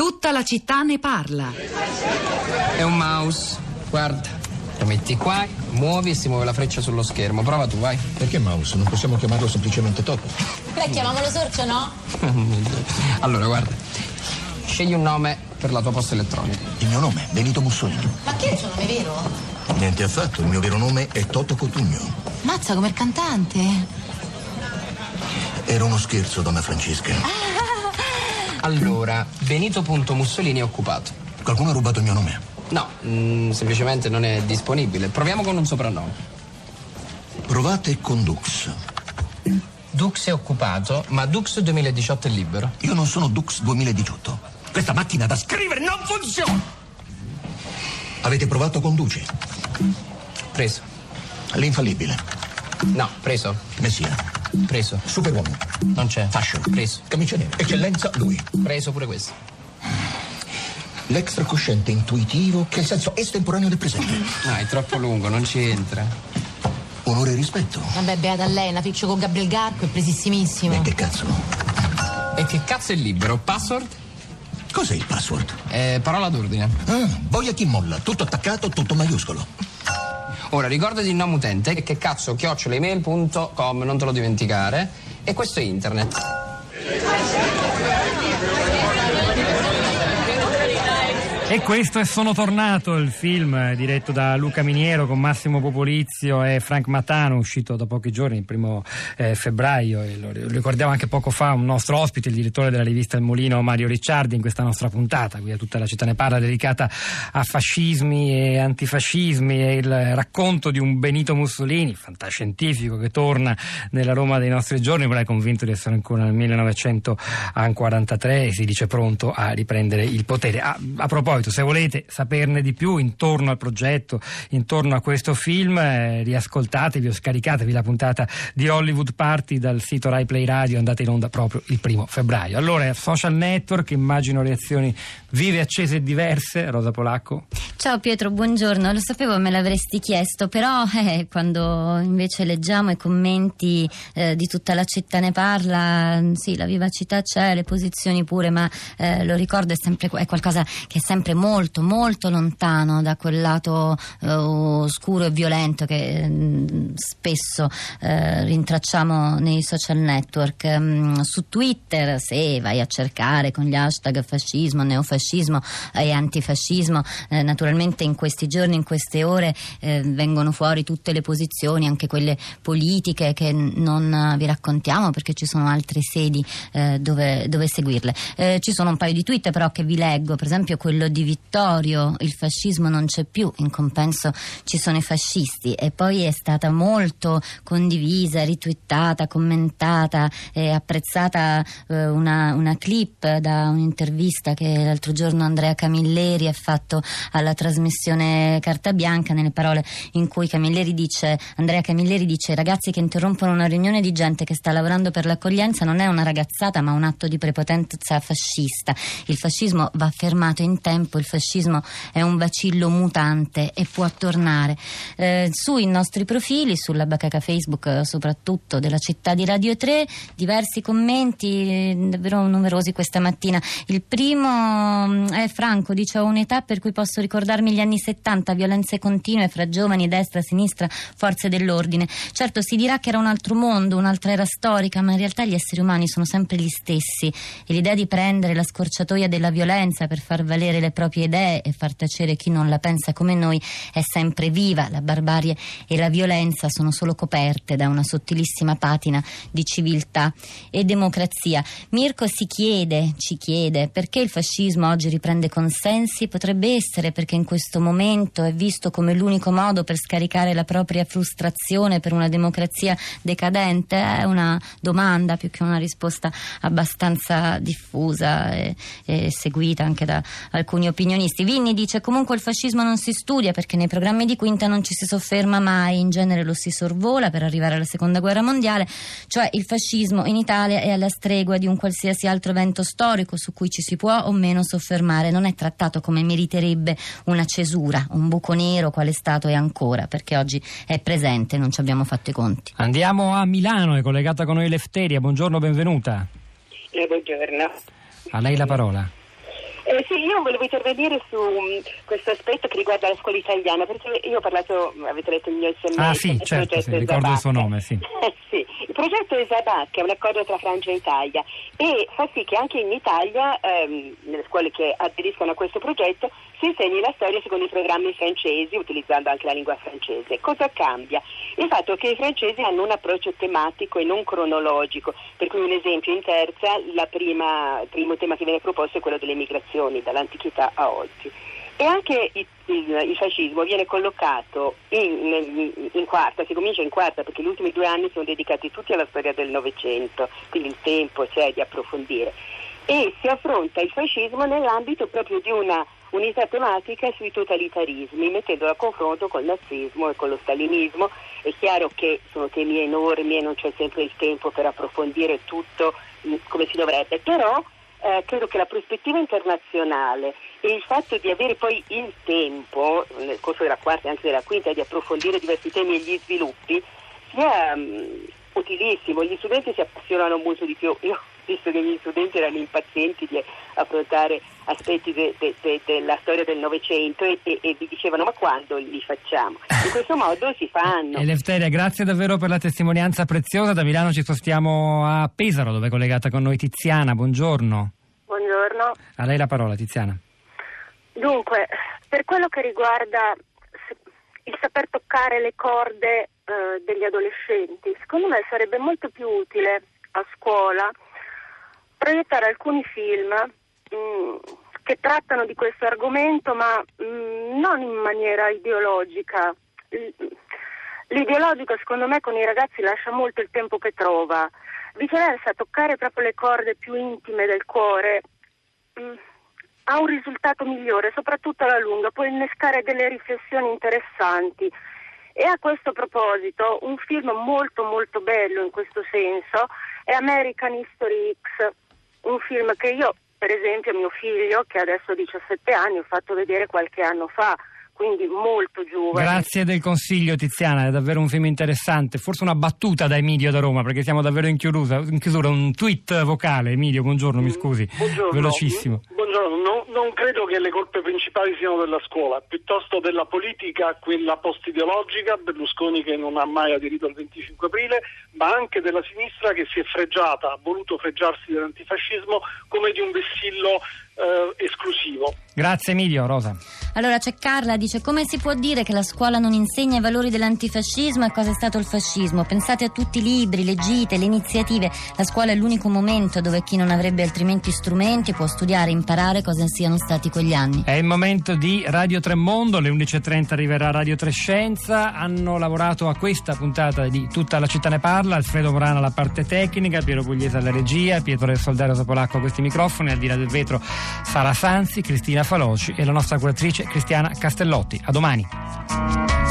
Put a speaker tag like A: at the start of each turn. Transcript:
A: Tutta la città ne parla.
B: È un mouse, guarda. Lo metti qua, muovi e si muove la freccia sullo schermo. Prova tu, vai.
C: Perché mouse? Non possiamo chiamarlo semplicemente Toto?
D: Beh, chiamiamolo Sorcio, no?
B: Allora, guarda. Scegli un nome per la tua posta elettronica.
C: Il mio nome, Benito Mussolini.
D: Ma che è il suo nome vero?
C: Niente affatto, il mio vero nome è Toto Cotugno.
D: Mazza, come il cantante.
C: Era uno scherzo, donna Francesca.
B: Allora, Benito.Mussolini è occupato.
C: Qualcuno ha rubato il mio nome?
B: No, semplicemente non è disponibile. Proviamo con un soprannome.
C: Provate con Dux.
B: Dux è occupato, ma Dux 2018 è libero.
C: Io non sono Dux 2018. Questa macchina da scrivere non funziona! Avete provato con Duce?
B: Preso.
C: L'infallibile.
B: No, preso.
C: Messia.
B: Preso.
C: Superuomo.
B: Non c'è.
C: Fashion.
B: Preso.
C: Camicia nera. Eccellenza, lui.
B: Preso pure questo.
C: L'extracosciente intuitivo che è il senso estemporaneo del presente.
B: No, è troppo lungo, non ci entra.
C: Onore e rispetto.
D: Vabbè, beata a lei, una piccio con Gabriel Garco, è presissimissimo.
C: E che cazzo?
B: E che cazzo è libero? Password?
C: Cos'è il password?
B: Parola d'ordine.
C: Boia chi molla, tutto attaccato, tutto maiuscolo.
B: Ora, ricordati il nome utente, che cazzo, @email.com, non te lo dimenticare. E questo è internet.
E: E questo è Sono tornato, il film diretto da Luca Miniero con Massimo Popolizio e Frank Matano, uscito da pochi giorni, il 1 febbraio, e lo ricordiamo anche poco fa un nostro ospite, il direttore della rivista Il Mulino, Mario Ricciardi, in questa nostra puntata, qui a Tutta la città ne parla, dedicata a fascismi e antifascismi, e il racconto di un Benito Mussolini, fantascientifico, che torna nella Roma dei nostri giorni, però è convinto di essere ancora nel 1943 e si dice pronto a riprendere il potere. A proposito, se volete saperne di più intorno al progetto, intorno a questo film, riascoltatevi o scaricatevi la puntata di Hollywood Party dal sito Rai Play Radio, andate in onda proprio il 1 febbraio. Allora, social network, immagino reazioni vive, accese e diverse. Rosa Polacco.
F: Ciao Pietro, buongiorno. Lo sapevo, me l'avresti chiesto, però quando invece leggiamo i commenti di Tutta la città ne parla, sì, la vivacità c'è, le posizioni pure, ma lo ricordo, è qualcosa che è sempre molto molto lontano da quel lato oscuro e violento che spesso rintracciamo nei social network. Su Twitter, se vai a cercare con gli hashtag fascismo, neofascismo e antifascismo, naturalmente in questi giorni, in queste ore vengono fuori tutte le posizioni, anche quelle politiche, che non vi raccontiamo perché ci sono altre sedi dove seguirle. Ci sono un paio di tweet però che vi leggo, per esempio quello di Vittorio: il fascismo non c'è più, in compenso ci sono i fascisti. E poi è stata molto condivisa, ritwittata, commentata e apprezzata una clip da un'intervista che l'altro giorno Andrea Camilleri ha fatto alla trasmissione Carta Bianca, nelle parole in cui Andrea Camilleri dice: i ragazzi che interrompono una riunione di gente che sta lavorando per l'accoglienza non è una ragazzata ma un atto di prepotenza fascista. Il fascismo va fermato in tempo, il fascismo è un bacillo mutante e può tornare. Sui nostri profili, sulla bacheca Facebook soprattutto della città di Radio 3, diversi commenti davvero numerosi questa mattina. Il primo è Franco, dice: ho un'età per cui posso ricordarmi gli anni 70, violenze continue fra giovani, destra, sinistra, forze dell'ordine. Certo, si dirà che era un altro mondo, un'altra era storica, ma in realtà gli esseri umani sono sempre gli stessi, e l'idea di prendere la scorciatoia della violenza per far valere le proprie idee e far tacere chi non la pensa come noi è sempre viva. La barbarie e la violenza sono solo coperte da una sottilissima patina di civiltà e democrazia. Mirko ci chiede perché il fascismo oggi riprende consensi. Potrebbe essere perché in questo momento è visto come l'unico modo per scaricare la propria frustrazione per una democrazia decadente? È una domanda più che una risposta abbastanza diffusa e seguita anche da alcuni opinionisti. Vinni dice: comunque il fascismo non si studia perché nei programmi di quinta non ci si sofferma mai, in genere lo si sorvola per arrivare alla seconda guerra mondiale. Cioè il fascismo in Italia è alla stregua di un qualsiasi altro evento storico su cui ci si può o meno soffermare, non è trattato come meriterebbe una cesura, un buco nero quale è stato e ancora, perché oggi è presente, non ci abbiamo fatto i conti.
E: Andiamo a Milano, è collegata con noi Lefteria, buongiorno, benvenuta.
G: Buongiorno.
E: A lei la parola.
G: Sì, io volevo intervenire su questo aspetto che riguarda la scuola italiana, perché io ho parlato, avete letto il mio SMS.
E: Ah sì, certo, sì, ricordo il suo nome, sì.
G: Sì, il progetto ESABAC è un accordo tra Francia e Italia e fa sì che anche in Italia, nelle scuole che aderiscono a questo progetto, si insegni la storia secondo i programmi francesi, utilizzando anche la lingua francese. Cosa cambia? Il fatto che i francesi hanno un approccio tematico e non cronologico, per cui un esempio, in terza il primo tema che viene proposto è quello delle migrazioni dall'antichità a oggi. E anche il fascismo viene collocato in quarta, si comincia in quarta perché gli ultimi 2 anni sono dedicati tutti alla storia del Novecento, quindi il tempo c'è di approfondire. E si affronta il fascismo nell'ambito proprio di una unità tematica sui totalitarismi, mettendolo a confronto col nazismo e con lo stalinismo. È chiaro che sono temi enormi e non c'è sempre il tempo per approfondire tutto come si dovrebbe, però credo che la prospettiva internazionale e il fatto di avere poi il tempo, nel corso della quarta e anche della quinta, di approfondire diversi temi e gli sviluppi, sia utilissimo. Gli studenti si appassionano molto di più. Io ho visto che gli studenti erano impazienti di affrontare aspetti della storia del Novecento e vi dicevano: ma quando li facciamo? In questo modo si fanno.
E: Eleftheria, grazie davvero per la testimonianza preziosa. Da Milano ci spostiamo a Pesaro, dove è collegata con noi Tiziana. Buongiorno.
H: Buongiorno.
E: A lei la parola, Tiziana.
H: Dunque, per quello che riguarda il saper toccare le corde degli adolescenti, secondo me sarebbe molto più utile a scuola proiettare alcuni film che trattano di questo argomento, ma non in maniera ideologica. L'ideologico, secondo me, con i ragazzi lascia molto il tempo che trova. Viceversa, toccare proprio le corde più intime del cuore ha un risultato migliore, soprattutto alla lunga, può innescare delle riflessioni interessanti. E a questo proposito, un film molto molto bello in questo senso è American History X, un film che io, per esempio, a mio figlio, che adesso ha 17 anni, ho fatto vedere qualche anno fa, quindi molto giovane.
E: Grazie del consiglio, Tiziana, è davvero un film interessante. Forse una battuta da Emilio da Roma, perché siamo davvero in chiusura. Un tweet vocale. Emilio, buongiorno, mi scusi.
I: Buongiorno.
E: Velocissimo.
I: Buongiorno, non credo che le colpe principali siano della scuola, piuttosto della politica, quella post-ideologica, Berlusconi che non ha mai aderito al 25 aprile, ma anche della sinistra che si è fregiata, ha voluto fregiarsi dell'antifascismo come di un vessillo esclusivo.
E: Grazie Emilio. Rosa.
F: Allora c'è Carla, dice: come si può dire che la scuola non insegna i valori dell'antifascismo e cosa è stato il fascismo? Pensate a tutti i libri, le gite, le iniziative. La scuola è l'unico momento dove chi non avrebbe altrimenti strumenti può studiare e imparare cosa siano stati quegli anni.
E: È il momento di Radio Tremondo, alle 11.30 arriverà Radio Trescenza. Hanno lavorato a questa puntata di Tutta la città ne parla: Alfredo Morana alla parte tecnica, Piero Pugliese alla regia, Pietro del Soldero Sopolacco a questi microfoni, al di là del vetro Sara Sanzi, Cristina Faloci e la nostra curatrice Cristiana Castellotti. A domani.